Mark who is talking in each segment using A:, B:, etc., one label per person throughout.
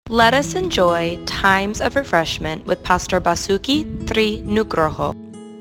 A: Let us enjoy times of refreshment with Pastor Basuki Tri Nugroho.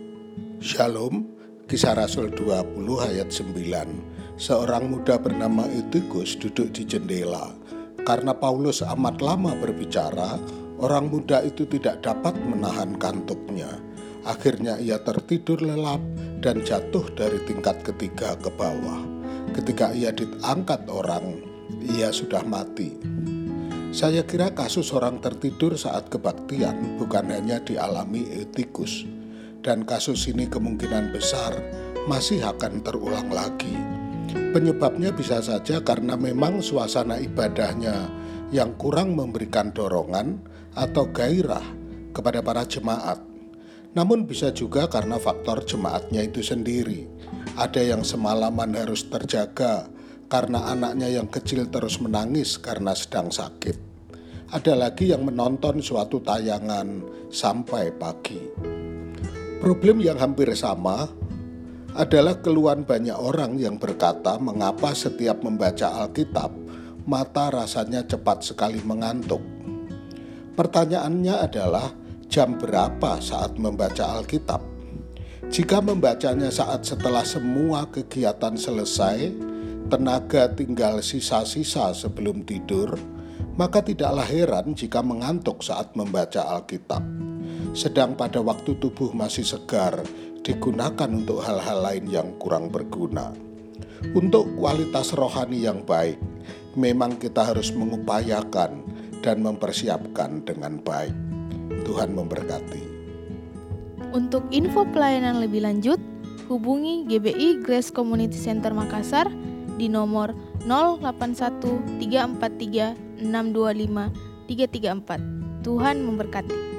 B: Shalom, Kisah Rasul 20 ayat 9. Seorang muda bernama Eutikus duduk di jendela. Karena Paulus amat lama berbicara, orang muda itu tidak dapat menahan kantuknya. Akhirnya ia tertidur lelap dan jatuh dari tingkat ketiga ke bawah. Ketika ia diangkat orang, ia sudah mati. Saya kira kasus orang tertidur saat kebaktian bukan hanya dialami Eutikus, dan kasus ini kemungkinan besar masih akan terulang lagi. Penyebabnya bisa saja karena memang suasana ibadahnya yang kurang memberikan dorongan atau gairah kepada para jemaat. Namun bisa juga karena faktor jemaatnya itu sendiri. Ada yang semalaman harus terjaga karena anaknya yang kecil terus menangis karena sedang sakit. Ada lagi yang menonton suatu tayangan sampai pagi. Problem yang hampir sama adalah keluhan banyak orang yang berkata mengapa setiap membaca Alkitab, mata rasanya cepat sekali mengantuk. Pertanyaannya adalah, jam berapa saat membaca Alkitab? Jika membacanya saat setelah semua kegiatan selesai, tenaga tinggal sisa-sisa sebelum tidur, maka tidaklah heran jika mengantuk saat membaca Alkitab. Sedang pada waktu tubuh masih segar, digunakan untuk hal-hal lain yang kurang berguna. Untuk kualitas rohani yang baik, memang kita harus mengupayakan dan mempersiapkan dengan baik. Tuhan memberkati.
C: Untuk info pelayanan lebih lanjut, hubungi GBI Grace Community Center Makassar di nomor 081 343 625 334. Tuhan memberkati.